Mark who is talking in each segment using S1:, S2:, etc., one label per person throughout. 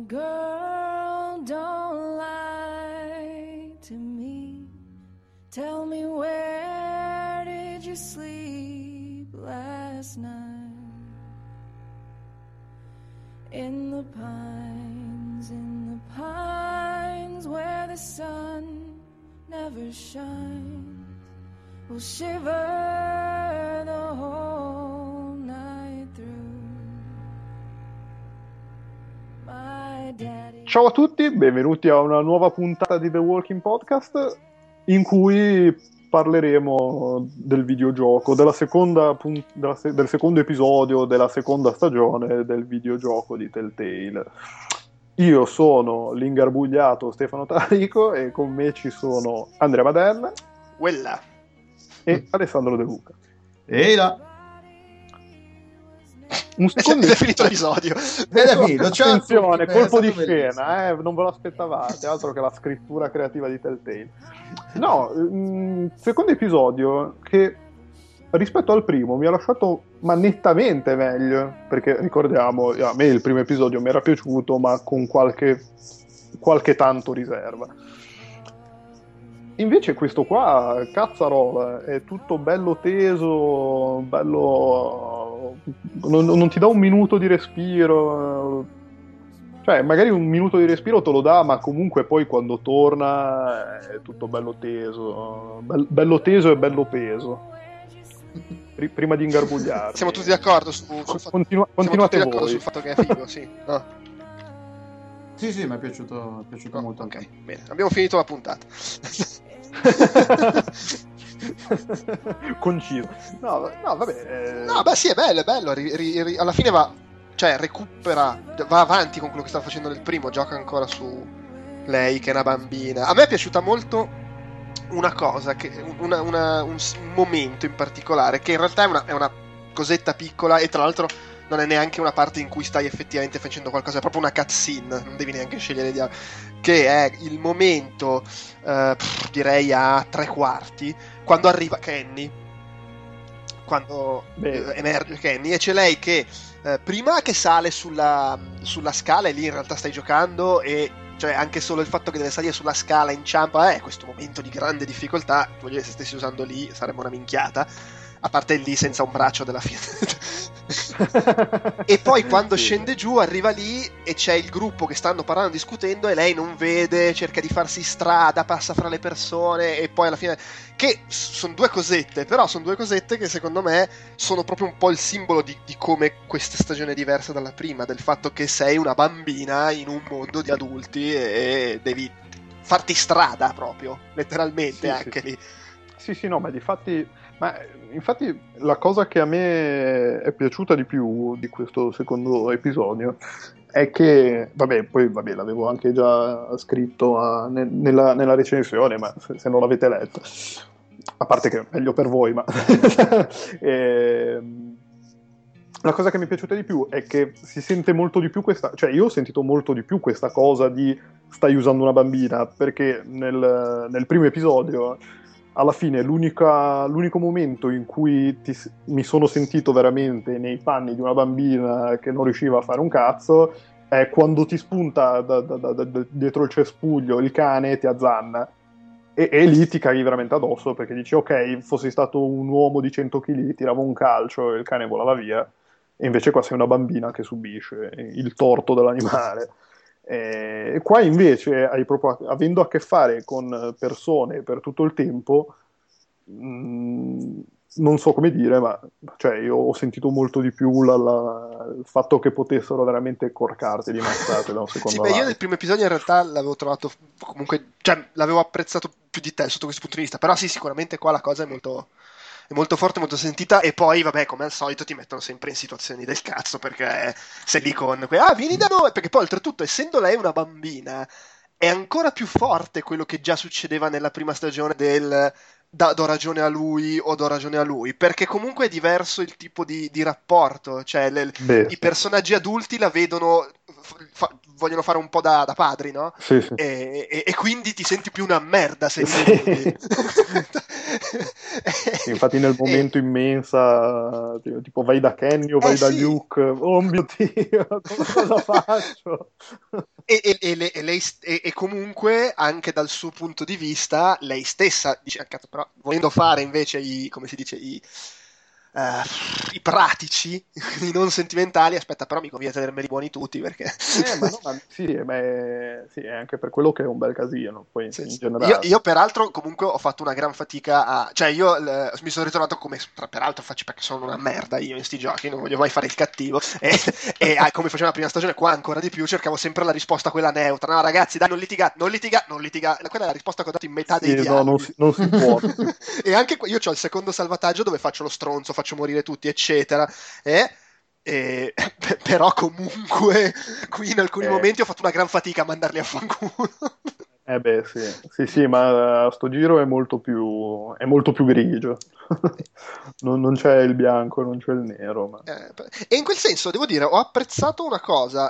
S1: Girl, don't lie to me. Tell me, where did you sleep last night? In the pines where the sun never shines. We'll shiver the whole night through. My daddy.
S2: Ciao a tutti, benvenuti a una nuova puntata di The Walking Podcast in cui parleremo del videogioco, del secondo episodio della seconda stagione del videogioco di Telltale. Io sono l'ingarbugliato Stefano Tarico e con me ci sono Andrea Madella e Alessandro De Luca.
S3: Ehi là!
S2: Un secondo
S4: è finito l'episodio.
S2: Attenzione, colpo di scena, non ve lo aspettavate, altro che la scrittura creativa di Telltale. No, secondo episodio che rispetto al primo mi ha lasciato nettamente meglio, perché ricordiamo, a me il primo episodio mi era piaciuto, ma con qualche tanto riserva. Invece questo qua, cazzarola, è tutto bello teso, bello... non ti dà un minuto di respiro, cioè magari un minuto di respiro te lo dà, ma comunque poi quando torna è tutto bello teso, bello teso e bello peso. Prima di ingarbugliarti.
S4: Siamo tutti d'accordo
S2: continuate
S4: d'accordo
S2: voi.
S4: sul fatto che è figo, sì. No.
S3: Sì, mi è piaciuto molto.
S4: Ok, bene, abbiamo finito la puntata.
S2: Conciso. No, vabbè.
S4: No, beh, sì, è bello. Alla fine recupera, va avanti con quello che stava facendo nel primo, gioca ancora su lei che è una bambina. A me è piaciuta molto una cosa, un momento in particolare, che in realtà è una cosetta piccola e tra l'altro non è neanche una parte in cui stai effettivamente facendo qualcosa, è proprio una cutscene, non devi neanche scegliere che è il momento, direi a 3/4, quando arriva Kenny, quando emerge Kenny e c'è lei che prima che sale sulla scala, e lì in realtà stai giocando, e cioè anche solo il fatto che deve salire sulla scala, inciampa, è questo momento di grande difficoltà. Voglio dire, se stessi usando lì sarebbe una minchiata, a parte lì senza un braccio della fine. E poi quando scende giù, arriva lì e c'è il gruppo che stanno parlando, discutendo, e lei non vede, cerca di farsi strada, passa fra le persone, e poi alla fine, che sono due cosette, però sono due cosette che secondo me sono proprio un po' il simbolo di come questa stagione è diversa dalla prima, del fatto che sei una bambina in un mondo di adulti e devi farti strada proprio, letteralmente, anche lì.
S2: Sì, no, ma infatti la cosa che a me è piaciuta di più di questo secondo episodio è che, poi l'avevo anche già scritto nella recensione, ma se non l'avete letto, a parte che è meglio per voi, ma la cosa che mi è piaciuta di più è che si sente molto di più cioè io ho sentito molto di più questa cosa di stai usando una bambina, perché nel primo episodio alla fine l'unico momento in cui mi sono sentito veramente nei panni di una bambina che non riusciva a fare un cazzo è quando ti spunta dietro il cespuglio il cane e ti azzanna, e lì ti caghi veramente addosso, perché dici ok, fossi stato un uomo di 100 kg tiravo un calcio e il cane volava via, e invece qua sei una bambina che subisce il torto dell'animale. E qua invece hai proprio, avendo a che fare con persone per tutto il tempo, non so come dire, ma cioè io ho sentito molto di più il fatto che potessero veramente corcarti di mazzate da un secondo
S4: Io nel primo episodio in realtà l'avevo trovato comunque, cioè l'avevo apprezzato più di te sotto questo punto di vista, però sì, sicuramente qua la cosa è molto forte, molto sentita, e poi come al solito ti mettono sempre in situazioni del cazzo, perché sei lì con vieni da noi, perché poi oltretutto, essendo lei una bambina, è ancora più forte quello che già succedeva nella prima stagione del do ragione a lui o do ragione a lui, perché comunque è diverso il tipo di rapporto, cioè i personaggi adulti la vedono, vogliono fare un po' da padri, no?
S2: Sì.
S4: E quindi ti senti più una merda se li vedi.
S2: Sì, infatti nel momento in mensa, tipo vai da Kenny o vai da
S4: sì.
S2: Luke, oh mio Dio, cosa faccio?
S4: E comunque anche dal suo punto di vista lei stessa dice, cazzo, però volendo fare invece come si dice, eh, i pratici, i non sentimentali, aspetta, però mi conviene tenermeli buoni tutti perché
S2: Ma no, ma sì, sì, è anche per quello che è un bel casino, poi
S4: Sì,
S2: in
S4: sì.
S2: generale.
S4: Io peraltro comunque ho fatto una gran fatica cioè io mi sono ritrovato come, peraltro faccio perché sono una merda io in sti giochi, non voglio mai fare il cattivo come facevo la prima stagione qua ancora di più cercavo sempre la risposta quella neutra, no ragazzi dai non litiga, non litiga, non litiga, quella è la risposta che ho dato in metà dei
S2: Sì, no,
S4: dialoghi.
S2: non si può, non si può.
S4: E anche io ho il secondo salvataggio dove faccio lo stronzo, faccio morire tutti eccetera e però comunque qui in alcuni
S2: Eh,
S4: momenti ho fatto una gran fatica a mandarli a fanculo.
S2: beh, sì, sì, sì, ma sto giro è molto più grigio. Non c'è il bianco, non c'è il nero, ma...
S4: E in quel senso devo dire, ho apprezzato una cosa.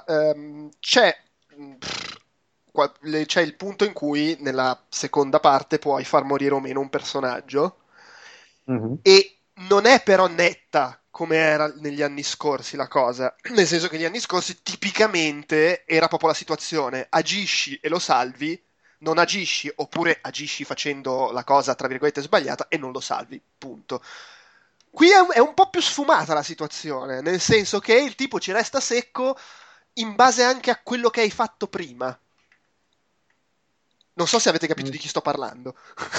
S4: C'è il punto in cui nella seconda parte puoi far morire o meno un personaggio,
S2: Mhm.
S4: e non è però netta come era negli anni scorsi la cosa. Nel senso che negli anni scorsi tipicamente era proprio la situazione: agisci e lo salvi, non agisci oppure agisci facendo la cosa tra virgolette sbagliata e non lo salvi, punto. Qui è un po' più sfumata la situazione, nel senso che il tipo ci resta secco in base anche a quello che hai fatto prima. Non so se avete capito di chi sto parlando.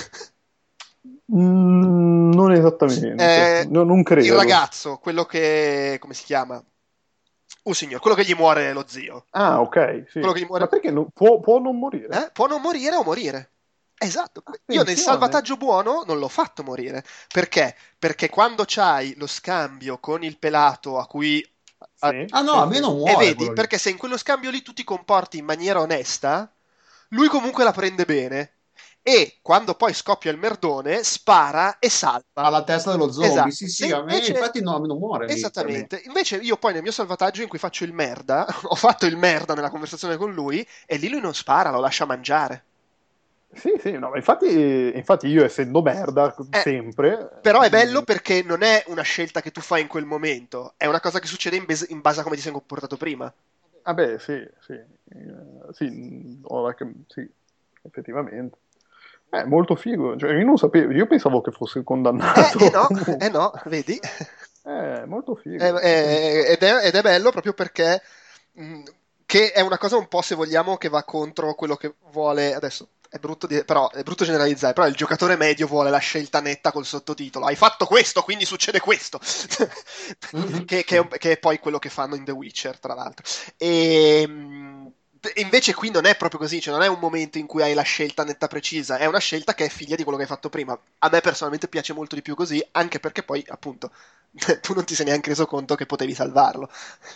S2: Non esattamente,
S4: Eh,
S2: non
S4: il
S2: credo.
S4: ragazzo, quello che... come si chiama? Signor, quello che gli muore lo zio.
S2: Ah, ok, sì.
S4: Quello che gli
S2: Ma
S4: muore...
S2: perché può non morire?
S4: Può non morire o morire. Esatto. Io nel
S2: Attenzione.
S4: salvataggio buono non l'ho fatto morire. Perché? Perché quando c'hai lo scambio con il pelato a cui...
S2: Sì,
S3: Ah no,
S2: sì,
S3: a me
S2: sì.
S3: non
S4: E
S3: muore
S4: vedi,
S3: quello lì.
S4: perché se in quello scambio lì tu ti comporti in maniera onesta, lui comunque la prende bene. E quando poi scoppia il merdone, spara e salva.
S3: Alla testa dello zombie,
S4: Esatto.
S3: sì
S4: Se
S3: sì, a me
S4: invece...
S3: infatti no, a me non muore lì per me.
S4: Esattamente. Invece io poi nel mio salvataggio in cui faccio il merda, ho fatto il merda nella conversazione con lui e lì lui non spara, lo lascia mangiare.
S2: Sì, sì, no, ma infatti io essendo merda
S4: Eh,
S2: sempre,
S4: però è bello perché non è una scelta che tu fai in quel momento, è una cosa che succede in base a come ti sei comportato prima.
S2: vabbè, sì, sì, sì, ora che, sì, effettivamente. È molto figo, cioè, io non sapevo, io pensavo che fosse condannato
S4: No,
S2: comunque.
S4: no, vedi?
S2: È molto figo.
S4: Ed è bello proprio perché mh, che è una cosa un po', se vogliamo, che va contro quello che vuole adesso. Però è brutto generalizzare, però il giocatore medio vuole la scelta netta col sottotitolo. Hai fatto questo, quindi succede questo. Che è poi quello che fanno in The Witcher, tra l'altro. E invece qui non è proprio così, cioè non è un momento in cui hai la scelta netta precisa, è una scelta che è figlia di quello che hai fatto prima. A me personalmente piace molto di più così, anche perché poi, appunto, tu non ti sei neanche reso conto che potevi salvarlo.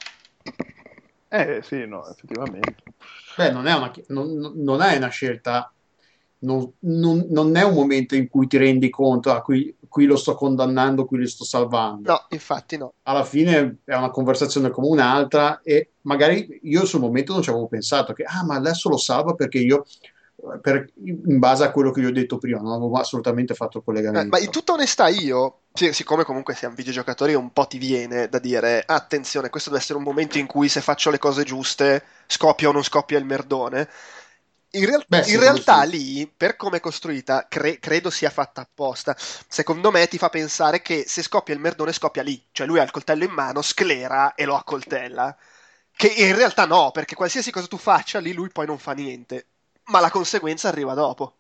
S2: Sì, no, effettivamente.
S3: Beh, non è una scelta, non è un momento in cui ti rendi conto, qui lo sto condannando, qui lo sto salvando.
S4: No, infatti no.
S3: Alla fine è una conversazione come un'altra e magari io sul momento non ci avevo pensato che, ma adesso lo salvo perché io, in base a quello che gli ho detto prima, non avevo assolutamente fatto il
S4: Ma in
S3: collegamento.
S4: tutta onestà io, siccome comunque siamo videogiocatori, un po' ti viene da dire, attenzione, questo deve essere un momento in cui se faccio le cose giuste scoppia o non scoppia il merdone.
S3: Beh,
S4: In
S3: sì, quello
S4: realtà
S3: sì.
S4: lì, per come è costruita, credo sia fatta apposta. Secondo me ti fa pensare che se scoppia il merdone scoppia lì, cioè lui ha il coltello in mano, sclera e lo accoltella. Che in realtà no, perché qualsiasi cosa tu faccia lì lui poi non fa niente, ma la conseguenza arriva dopo.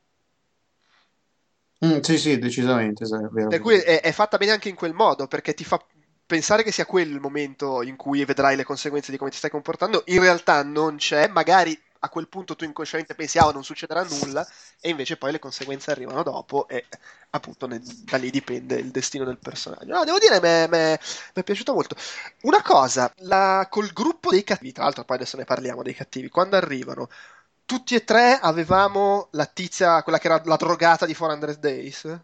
S3: Sì, sì, decisamente, sì, è vero
S4: Per cui
S3: così.
S4: è fatta bene anche in quel modo, perché ti fa pensare che sia quello il momento in cui vedrai le conseguenze di come ti stai comportando. In realtà non c'è, magari a quel punto tu inconsciamente pensi, non succederà nulla, e invece poi le conseguenze arrivano dopo, e appunto da lì dipende il destino del personaggio. No, devo dire, mi è piaciuto molto. Una cosa, col gruppo dei cattivi, tra l'altro poi adesso ne parliamo dei cattivi, quando arrivano, tutti e tre avevamo la tizia, quella che era la drogata di 400 Days.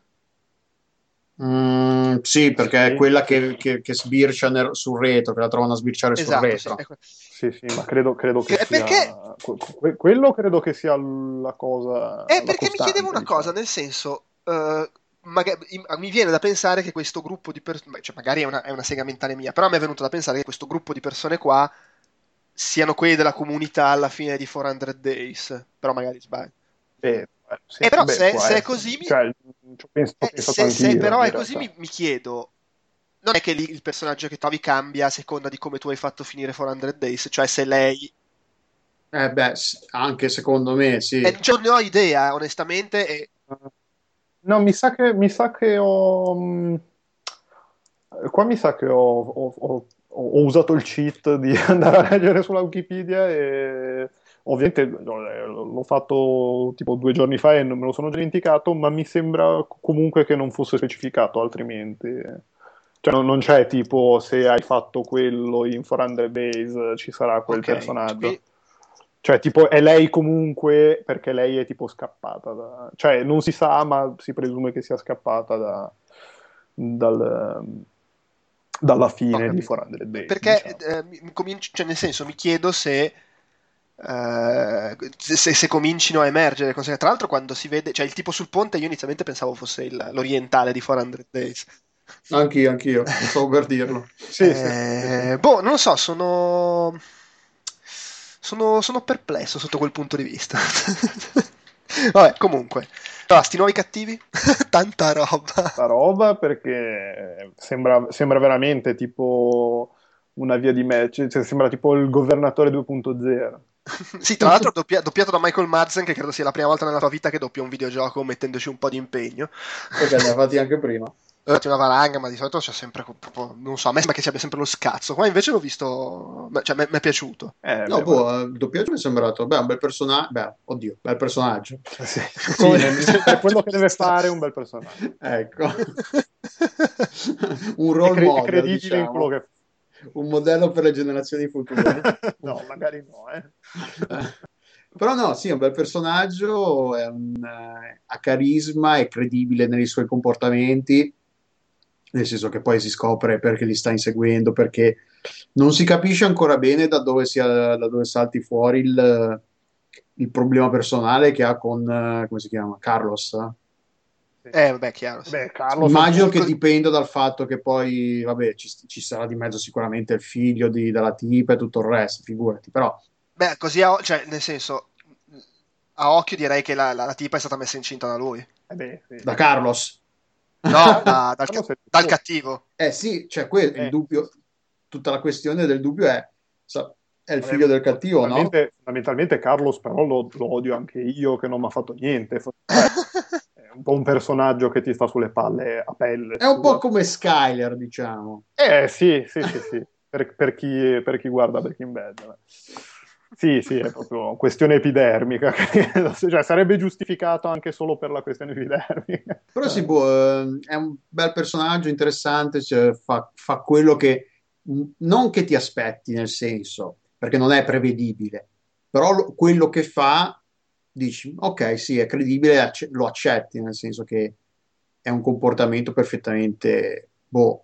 S3: Sì, perché è
S2: Sì,
S3: quella
S2: sì,
S3: che sbircia sul retro, che la trovano a sbirciare sul
S4: Esatto, sì.
S3: retro.
S2: sì, sì, ma credo che
S4: Perché,
S2: sia... quello credo che sia la cosa, la
S4: perché mi chiedevo
S2: costante,
S4: una cosa,
S2: diciamo.
S4: nel senso, mi viene da pensare che questo gruppo di persone, cioè magari è una sega mentale mia, però mi è venuto da pensare che questo gruppo di persone qua siano quelli della comunità alla fine di 400 Days, però magari sbaglio.
S2: Sì,
S4: Però
S2: beh, può
S4: se è
S2: essere.
S4: così,
S2: Cioè, ci ho pensato
S4: se
S2: anch'io,
S4: però
S2: in
S4: è così,
S2: realtà.
S4: mi chiedo, non è che lì il personaggio che trovi cambia a seconda di come tu hai fatto finire 400 Days, cioè se lei...
S3: Beh, anche secondo me, sì.
S4: cioè, non ne ho idea, onestamente, e...
S2: No, mi sa che ho. Qua mi sa che ho usato il cheat di andare a leggere sulla Wikipedia e ovviamente l'ho fatto tipo 2 giorni fa e non me lo sono dimenticato, ma mi sembra comunque che non fosse specificato altrimenti. Cioè non c'è tipo se hai fatto quello in 400 Days ci sarà quel
S4: Ok,
S2: personaggio. Cioè, tipo, è lei comunque perché lei è tipo scappata cioè, non si sa, ma si presume che sia scappata dal- dalla
S4: ho
S2: fine di
S4: capito.
S2: 400 Days,
S4: Perché,
S2: diciamo.
S4: cioè, nel senso, mi chiedo se comincino a emergere cose. Tra l'altro, quando si vede, cioè il tipo sul ponte, io inizialmente pensavo fosse l'orientale di 400 Days.
S3: Anch'io, stavo per dirlo.
S2: Sì, sì, sì, sì.
S4: Boh, non lo so, sono perplesso sotto quel punto di vista. Vabbè, comunque. Allora, sti nuovi cattivi? Tanta roba.
S2: Sta roba perché sembra veramente tipo una via di mezzo, cioè, sembra tipo il governatore 2.0.
S4: Sì, tra l'altro doppiato da Michael Madsen, che credo sia la prima volta nella sua vita che doppia un videogioco mettendoci un po' di impegno.
S3: Perché ne ha fatti anche prima.
S4: Una valanga, ma di solito c'è sempre proprio, non so, a me sembra che ci abbia sempre lo scazzo. Qua invece l'ho visto, beh, cioè mi è piaciuto.
S3: No,
S2: Beh, ma-
S3: boh, il doppiaggio mi è sembrato, beh, un bel personaggio, beh, oddio, bel personaggio.
S2: sì, sì,
S3: Come...
S2: è quello che deve fare è un bel personaggio.
S3: Ecco, un
S2: È,
S3: role
S2: è
S3: model,
S2: credibile in quello
S3: diciamo,
S2: che
S3: un modello per le generazioni future.
S2: no, magari no, eh.
S3: Però no, sì, è un bel personaggio, ha carisma, è credibile nei suoi comportamenti, nel senso che poi si scopre perché li sta inseguendo, perché non si capisce ancora bene da dove salti fuori il problema personale che ha con, come si chiama, Carlos.
S2: Sì.
S4: Vabbè, chiaro, sì.
S2: Beh, Carlos è un
S3: Immagino
S2: po'.
S3: che dipenda dal fatto che poi, vabbè, ci sarà di mezzo sicuramente il figlio della tipa e tutto il resto, figurati, però
S4: Beh, così, cioè, nel senso, a occhio direi che la tipa è stata messa incinta da lui.
S2: Beh, sì.
S3: da Carlos.
S4: No,
S2: Carlos è
S4: dal
S2: tipo.
S4: cattivo.
S3: Sì, cioè il
S2: Eh,
S3: dubbio, tutta la questione del dubbio è il
S2: vabbè,
S3: figlio del cattivo, no?
S2: fondamentalmente Carlos però lo odio anche io che non mi ha fatto niente. Cioè, è un po' un personaggio che ti sta sulle palle a pelle
S3: È un po'
S2: sua.
S3: come Skyler, diciamo.
S2: Sì, sì, sì, sì, per chi guarda Breaking Bad. Sì, sì, è proprio questione epidermica, cioè sarebbe giustificato anche solo per la questione epidermica.
S3: Però sì, boh, è un bel personaggio interessante, cioè, fa quello che non che ti aspetti, nel senso, perché non è prevedibile, però quello che fa, dici, ok, sì, è credibile, lo accetti, nel senso che è un comportamento perfettamente, boh,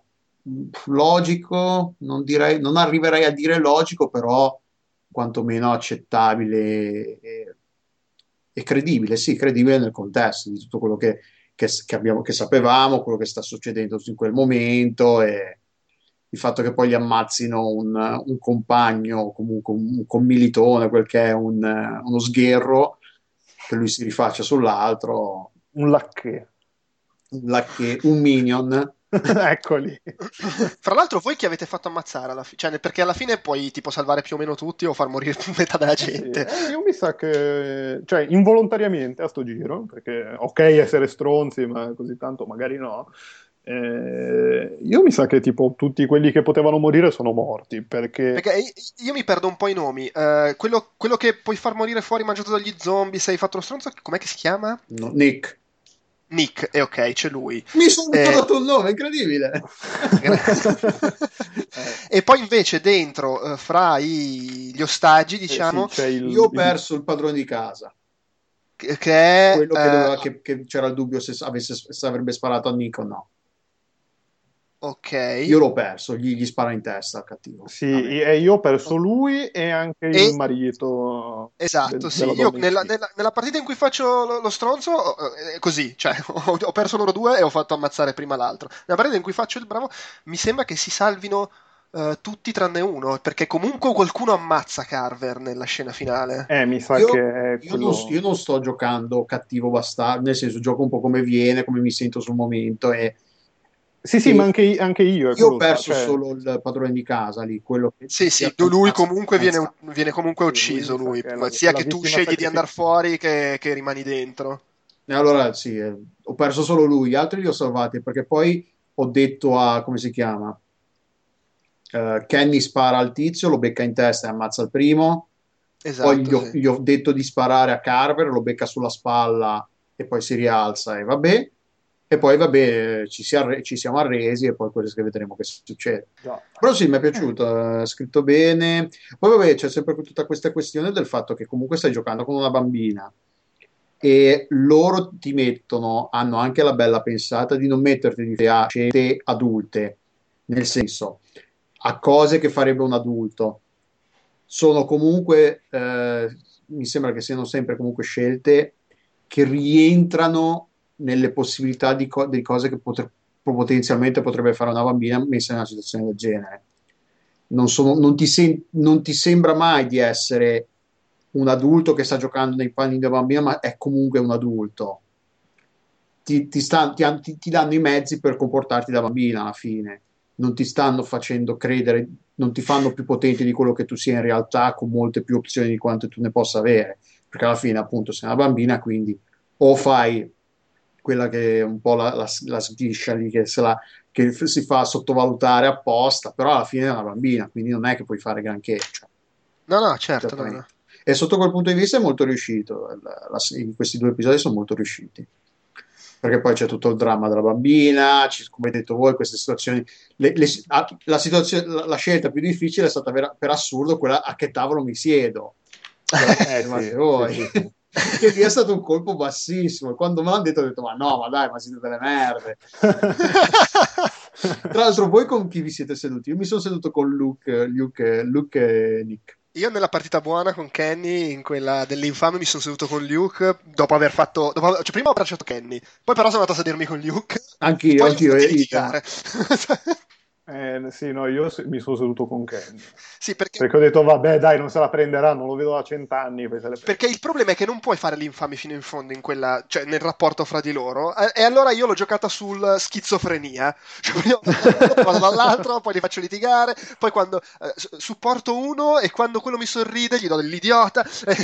S3: logico, non direi, non arriverei a dire logico, però quantomeno accettabile e credibile, sì, credibile nel contesto di tutto quello che sapevamo, quello che sta succedendo in quel momento e il fatto che poi gli ammazzino un compagno, o comunque un commilitone, quel che è uno sgherro, che lui si rifaccia sull'altro,
S2: Un lacché.
S3: un minion.
S2: Eccoli.
S4: Fra l'altro, voi chi avete fatto ammazzare alla fine? Cioè, perché alla fine puoi tipo salvare più o meno tutti o far morire metà della
S2: Sì,
S4: gente.
S2: io mi sa che, cioè, involontariamente a sto giro, perché ok essere stronzi, ma così tanto magari no. Io mi sa che tipo tutti quelli che potevano morire sono morti, perché
S4: Perché io mi perdo un po' i nomi. Quello che puoi far morire fuori mangiato dagli zombie se hai fatto lo stronzo, com'è che si chiama?
S3: No, Nick.
S4: Nick, e ok, c'è lui.
S3: Mi sono
S4: Eh,
S3: ricordato il nome, incredibile.
S4: E poi invece dentro, fra gli ostaggi,
S2: sì,
S4: diciamo,
S2: c'è
S3: Io ho perso il padrone di casa,
S4: che è...
S3: quello che doveva, che c'era il dubbio se avrebbe sparato a Nick o no.
S4: Ok.
S3: Io l'ho perso, gli spara in testa al cattivo.
S2: Sì,
S3: Vabbè.
S2: e io ho perso lui e anche
S4: E
S2: il marito
S4: esatto, sì.
S2: della
S4: Io
S2: donna
S4: nella,
S2: uccisa.
S4: nella partita in cui faccio lo stronzo, così, cioè, ho perso loro due e ho fatto ammazzare prima l'altro. Nella partita in cui faccio il bravo, mi sembra che si salvino tutti tranne uno, perché comunque qualcuno ammazza Carver nella scena finale.
S2: Mi sa
S3: Io,
S2: che è
S3: io
S2: quello...
S3: non sto giocando cattivo bastardo, nel senso gioco un po' come viene, come mi sento sul momento
S2: Sì, sì, ma
S3: e
S2: anche io è
S3: io ho
S2: quello...
S3: perso
S2: Cioè,
S3: solo il padrone di casa lì, quello che
S4: Sì, sì, lui
S3: ammazza,
S4: comunque
S3: ammazza.
S4: viene comunque
S2: sì, lui
S4: ucciso,
S2: mi sa
S4: lui,
S2: che è
S4: sia
S2: la
S4: che tu
S2: vittima
S4: scegli di andare
S2: sacrificata.
S4: fuori che rimani dentro.
S3: E allora sì, ho perso solo lui, gli altri li ho salvati perché poi ho detto a, come si chiama? Kenny spara al tizio, lo becca in testa e ammazza il primo. Poi
S4: Esatto, sì.
S3: gli ho detto di sparare a Carver, lo becca sulla spalla e poi si rialza e vabbè. E poi vabbè, ci siamo arresi e poi quello che vedremo che succede.
S2: Già.
S3: Però sì, mi è piaciuto, è scritto bene. Poi vabbè, c'è sempre tutta questa questione del fatto che comunque stai giocando con una bambina e loro ti mettono, hanno anche la bella pensata di non metterti di fronte a scelte adulte, nel senso, a cose che farebbe un adulto. Sono comunque, mi sembra che siano sempre comunque scelte che rientrano nelle possibilità di cose che potenzialmente potrebbe fare una bambina messa in una situazione del genere. Non ti sembra mai di essere un adulto che sta giocando nei panni da bambina, ma è comunque un adulto. Ti danno i mezzi per comportarti da bambina alla fine. Non ti stanno facendo credere, non ti fanno più potente di quello che tu sia in realtà, con molte più opzioni di quanto tu ne possa avere. Perché alla fine, appunto, sei una bambina, quindi o fai quella che è un po' la sghiscia lì, che si fa sottovalutare apposta, però alla fine è una bambina, quindi non è che puoi fare granché. Cioè,
S4: No, no, certo, no, no.
S3: certamente. E sotto quel punto di vista è molto riuscito. Questi due episodi sono molto riusciti. Perché poi c'è tutto il dramma della bambina, come hai detto voi, queste situazioni. La scelta più difficile è stata per assurdo quella a che tavolo mi siedo. Quella che dicevate
S2: Sì, sì,
S3: voi.
S2: sì, sì.
S3: Che lì è stato un colpo bassissimo. E quando me l'hanno detto, ho detto: Ma no, ma dai, ma siete delle merde. Tra l'altro, voi con chi vi siete seduti? Io mi sono seduto con Luke e Nick.
S4: Io nella partita buona con Kenny, in quella dell'infame, mi sono seduto con Luke dopo aver fatto. Cioè, prima ho abbracciato Kenny, poi però sono andato a sedermi con Luke, e poi li ho
S3: Anch'io,
S4: fatti
S3: idem.
S4: litigare.
S2: Sì, no, io mi sono seduto con Ken.
S4: Sì, perché
S2: Perché ho detto, vabbè, dai, non se la prenderà, non lo vedo da 100 anni, poi se le prende.
S4: Perché il problema è che non puoi fare l'infame fino in fondo in quella, cioè nel rapporto fra di loro. E allora io l'ho giocata sul schizofrenia. Cioè, prima vado dall'altro, poi li faccio litigare, poi quando supporto uno e quando quello mi sorride gli do dell'idiota.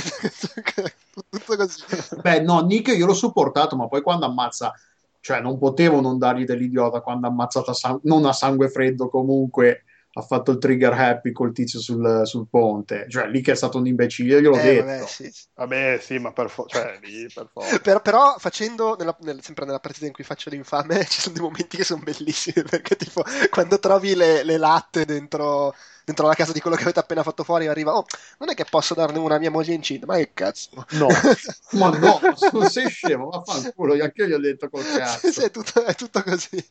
S4: Tutto così.
S3: Beh, no, Nick io l'ho supportato, ma poi quando ammazza, cioè non potevo non dargli dell'idiota quando ha ammazzato non a sangue freddo comunque, ha fatto il trigger happy col tizio sul ponte, cioè lì che è stato un imbecille, gliel'ho
S4: Vabbè,
S3: detto.
S4: sì.
S2: Vabbè, sì, ma cioè, lì, per forza.
S4: Però facendo, sempre nella partita in cui faccio l'infame, ci sono dei momenti che sono bellissimi, perché tipo quando trovi le latte dentro la casa di quello che avete appena fatto fuori, arriva, oh, non è che posso darne una a mia moglie incinta, ma che cazzo?
S2: No.
S3: Ma no, non sei scemo, vaffanculo, anche io gli ho detto col
S4: Sì, sì,
S3: cazzo.
S4: è tutto così.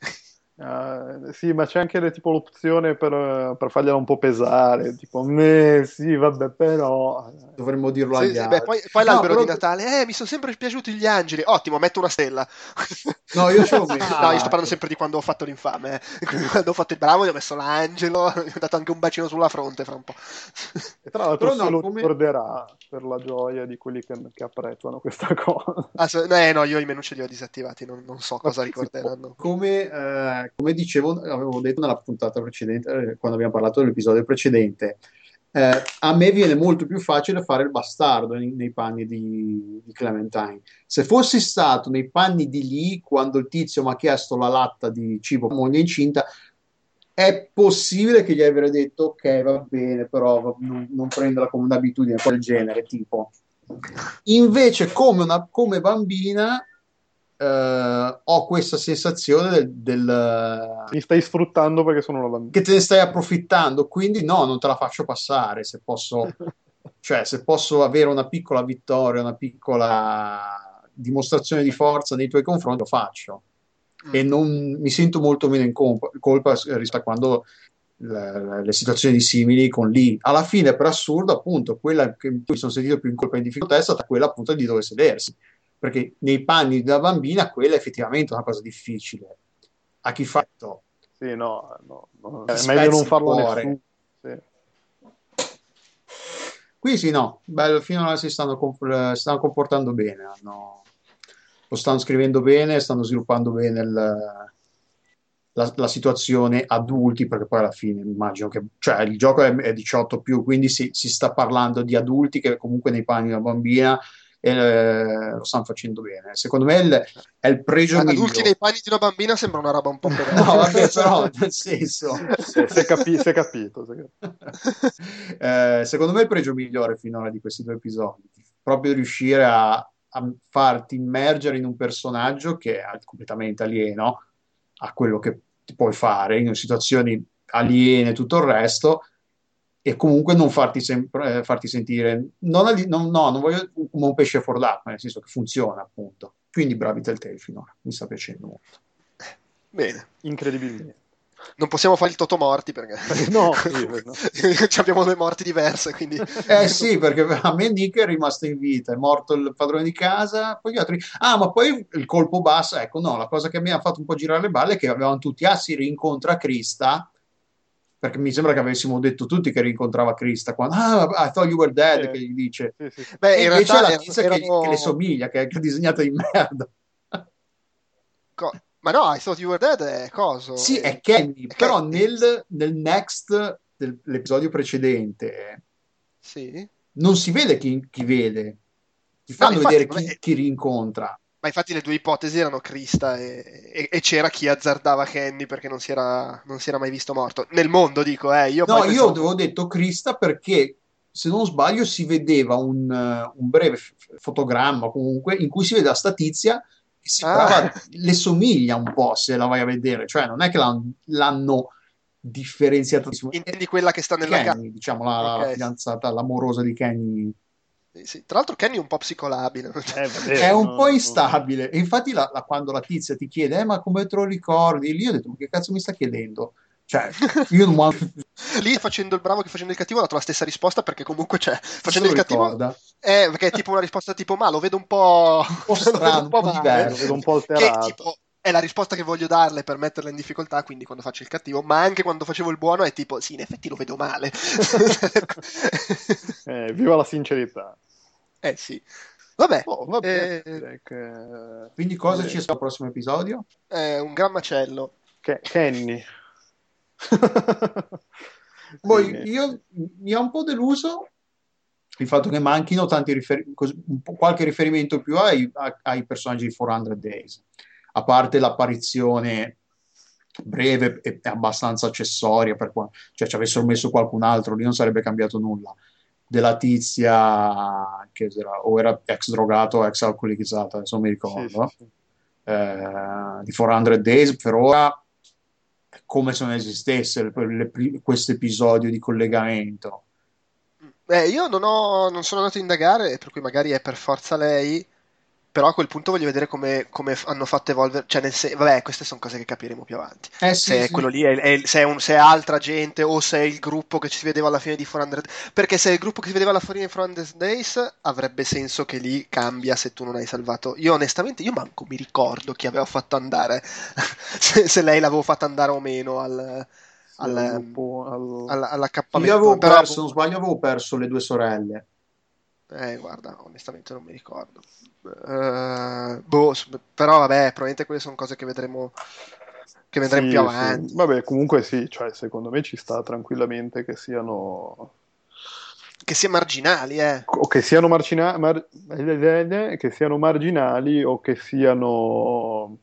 S2: Sì, ma c'è anche tipo l'opzione per fargliela un po' pesare, tipo, sì, vabbè, però...
S3: Dovremmo dirlo
S4: Sì,
S3: agli
S4: sì, beh,
S3: altri.
S4: poi
S3: No,
S4: l'albero di
S3: però,
S4: Natale, mi sono sempre piaciuti gli angeli. Ottimo, metto una stella.
S3: no, io ce l'ho messo.
S4: No, io sto parlando sempre di quando ho fatto l'infame. Quando ho fatto il bravo, gli ho messo l'angelo, gli ho dato anche un bacino sulla fronte fra un po'.
S2: E tra l'altro
S3: Però
S2: se
S3: no,
S2: lo
S3: come,
S2: ricorderà per la gioia di quelli che apprezzano questa cosa.
S4: No, io i menu ce li ho disattivati, non so
S2: Ma
S4: cosa
S2: si può.
S4: ricorderanno.
S3: come dicevo, avevo detto nella puntata precedente, quando abbiamo parlato dell'episodio precedente, a me viene molto più facile fare il bastardo nei panni di Clementine. Se fossi stato nei panni di Lee quando il tizio mi ha chiesto la latta di cibo per moglie incinta, è possibile che gli avrei detto ok, va bene, però non prenderla come un'abitudine, quel genere, tipo. Invece, come bambina, ho questa sensazione
S2: Mi stai sfruttando perché sono una bambina.
S3: che te ne stai approfittando, quindi no, non te la faccio passare se posso, cioè, se posso avere una piccola vittoria, una piccola dimostrazione di forza nei tuoi confronti, lo faccio. e non mi sento molto meno in colpa rispetto a quando le situazioni simili con Lee. Alla fine, per assurdo, appunto, quella che mi sono sentito più in colpa e in difficoltà è stata quella appunto di dove sedersi, perché nei panni della bambina quella è effettivamente una cosa difficile. A chi fa
S2: Sì, no,
S3: Ti
S2: è meglio non
S3: spezzi
S2: farlo
S3: il
S2: a
S3: cuore.
S2: nessuno. Sì.
S3: Qui sì, no, bello, finora si stanno comportando bene, lo stanno scrivendo bene, stanno sviluppando bene la situazione adulti, perché poi alla fine immagino che, cioè, il gioco è 18 più, quindi si sta parlando di adulti che comunque nei panni di una bambina lo stanno facendo bene. Secondo me è il pregio
S4: Adulti
S3: migliore.
S4: nei panni di una bambina sembra una roba un po' pedante.
S3: No, vabbè, però nel senso
S2: Si è capito.
S3: secondo me è il pregio migliore finora di questi 2 episodi, proprio riuscire a farti immergere in un personaggio che è completamente alieno a quello che ti puoi fare in situazioni aliene e tutto il resto, e comunque non farti sentire non voglio come un pesce fuor d'acqua, nel senso che funziona, appunto. Quindi bravi Telltale finora, mi sta piacendo molto.
S4: Bene.
S2: Incredibilmente.
S4: Non possiamo fare il Totomorti perché
S2: No,
S4: abbiamo 2 morti diverse, quindi
S3: Sì, perché a me Nick è rimasto in vita, è morto il padrone di casa, poi gli altri. Ah, ma poi il colpo basso, ecco, no, la cosa che mi ha fatto un po' girare le balle è che avevano tutti, si rincontra Krista, perché mi sembra che avessimo detto tutti che rincontrava Krista quando, I thought you were dead, che gli dice.
S2: Sì.
S4: Beh,
S3: E
S4: in
S3: invece
S4: realtà
S3: è la tizia che le somiglia, che è disegnata di merda.
S4: Ma no, I Thought You Were Dead è coso.
S3: Sì, è Kenny, però
S4: Kenny.
S3: nel next dell'episodio precedente
S4: Sì.
S3: non si vede chi vede, ti fanno
S4: infatti,
S3: vedere chi rincontra.
S4: Ma infatti le 2 ipotesi erano Krista e c'era chi azzardava Kenny perché non si era mai visto morto. Nel mondo, dico, io
S3: No,
S4: poi
S3: io
S4: pensavo...
S3: avevo detto Krista perché, se non sbaglio, si vedeva un breve fotogramma comunque in cui si vede sta tizia che sembrava, le somiglia un po' se la vai a vedere, cioè non è che l'hanno differenziata.
S4: Intendi quella che sta nella casa?
S3: Kenny, diciamo la fidanzata, l'amorosa di Kenny.
S4: Sì. Tra l'altro Kenny è un po' psicolabile.
S3: È un po' instabile. E infatti quando la tizia ti chiede, ma come te lo ricordi? Lì ho detto, ma che cazzo mi sta chiedendo? Cioè, io non
S4: Lì facendo il bravo che facendo il cattivo ha dato la stessa risposta, perché comunque facendo il
S3: ricorda.
S4: cattivo perché è tipo una risposta tipo ma lo vedo un po'
S3: strano, un po' diverso,
S2: lo vedo un po' alterato.
S4: che tipo è la risposta che voglio darle per metterla in difficoltà, quindi quando faccio il cattivo, ma anche quando facevo il buono è tipo sì, in effetti lo vedo male.
S2: Viva la sincerità.
S4: Sì. Vabbè,
S3: quindi cosa ci sarà al prossimo episodio?
S4: Un gran macello.
S2: Kenny.
S3: Io mi ha un po' deluso il fatto che manchino tanti qualche riferimento più ai personaggi di 400 Days, a parte l'apparizione breve e abbastanza accessoria, cioè ci avessero messo qualcun altro lì non sarebbe cambiato nulla, della tizia che era ex drogato o ex alcolizzata, adesso non mi ricordo.
S2: Sì.
S3: Di 400 Days per ora è come se non esistesse questo episodio di collegamento.
S4: Io non sono andato a indagare, per cui magari è per forza lei, però a quel punto voglio vedere come hanno fatto evolvere, cioè vabbè, queste sono cose che capiremo più avanti. Se quello lì se è altra gente o se è il gruppo che ci si vedeva alla fine di 400, perché se è il gruppo che si vedeva alla fine di 400 Days avrebbe senso che lì cambia se tu non hai salvato. Io onestamente, io manco mi ricordo chi aveva fatto andare, se lei l'avevo fatta andare o meno all'accappamento.
S3: Io avevo perso, se non sbaglio, avevo perso le 2 sorelle.
S4: Guarda, onestamente non mi ricordo. Però vabbè, probabilmente quelle sono cose che vedremo più avanti.
S2: Sì. Vabbè, comunque sì, cioè secondo me ci sta tranquillamente che siano
S4: marginali,
S2: o che siano che siano marginali o che siano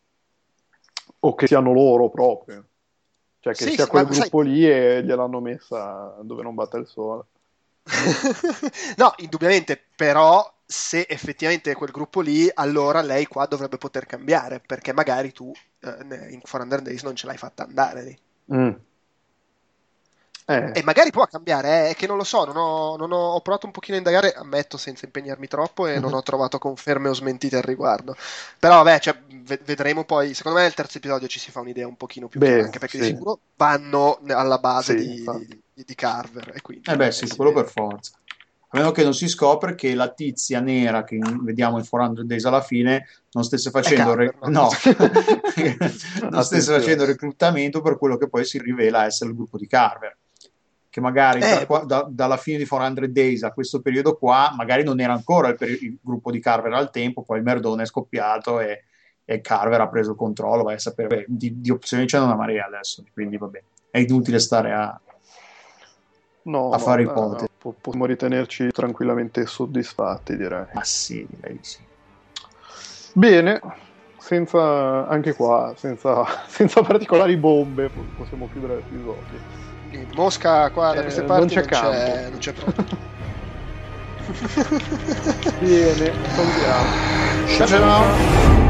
S2: loro proprio. Cioè che sia quel gruppo lì e gliel'hanno messa dove non batte il sole.
S4: No, indubbiamente, però se effettivamente è quel gruppo lì, allora lei qua dovrebbe poter cambiare, perché magari tu in 400 Days non ce l'hai fatta andare lì. E magari può cambiare, è che non lo so, ho provato un pochino a indagare, ammetto senza impegnarmi troppo, e non ho trovato conferme o smentite al riguardo. Però vabbè, cioè, vedremo poi, secondo me nel terzo episodio ci si fa un'idea un pochino più chiara, anche perché di sicuro vanno alla base di Carver. E quindi,
S3: sì, quello per forza. A meno che non si scopre che la tizia nera che vediamo in 400 Days alla fine non stesse facendo non stesse facendo reclutamento per quello che poi si rivela essere il gruppo di Carver, che magari dalla fine di 400 Days a questo periodo qua magari non era ancora il gruppo di Carver al tempo, poi il merdone è scoppiato e Carver ha preso il controllo. Vai a sapere, di opzioni c'è una marea adesso, quindi vabbè, è inutile stare a fare ipotesi.
S2: Possiamo ritenerci tranquillamente soddisfatti, direi.
S3: Ma sì, direi di sì.
S2: Bene, anche qua, senza particolari bombe, possiamo chiudere l'episodio.
S4: Mosca qua da queste parti
S2: non c'è campo.
S4: Non c'è proprio.
S2: Bene, salutiamo.
S3: Ciao.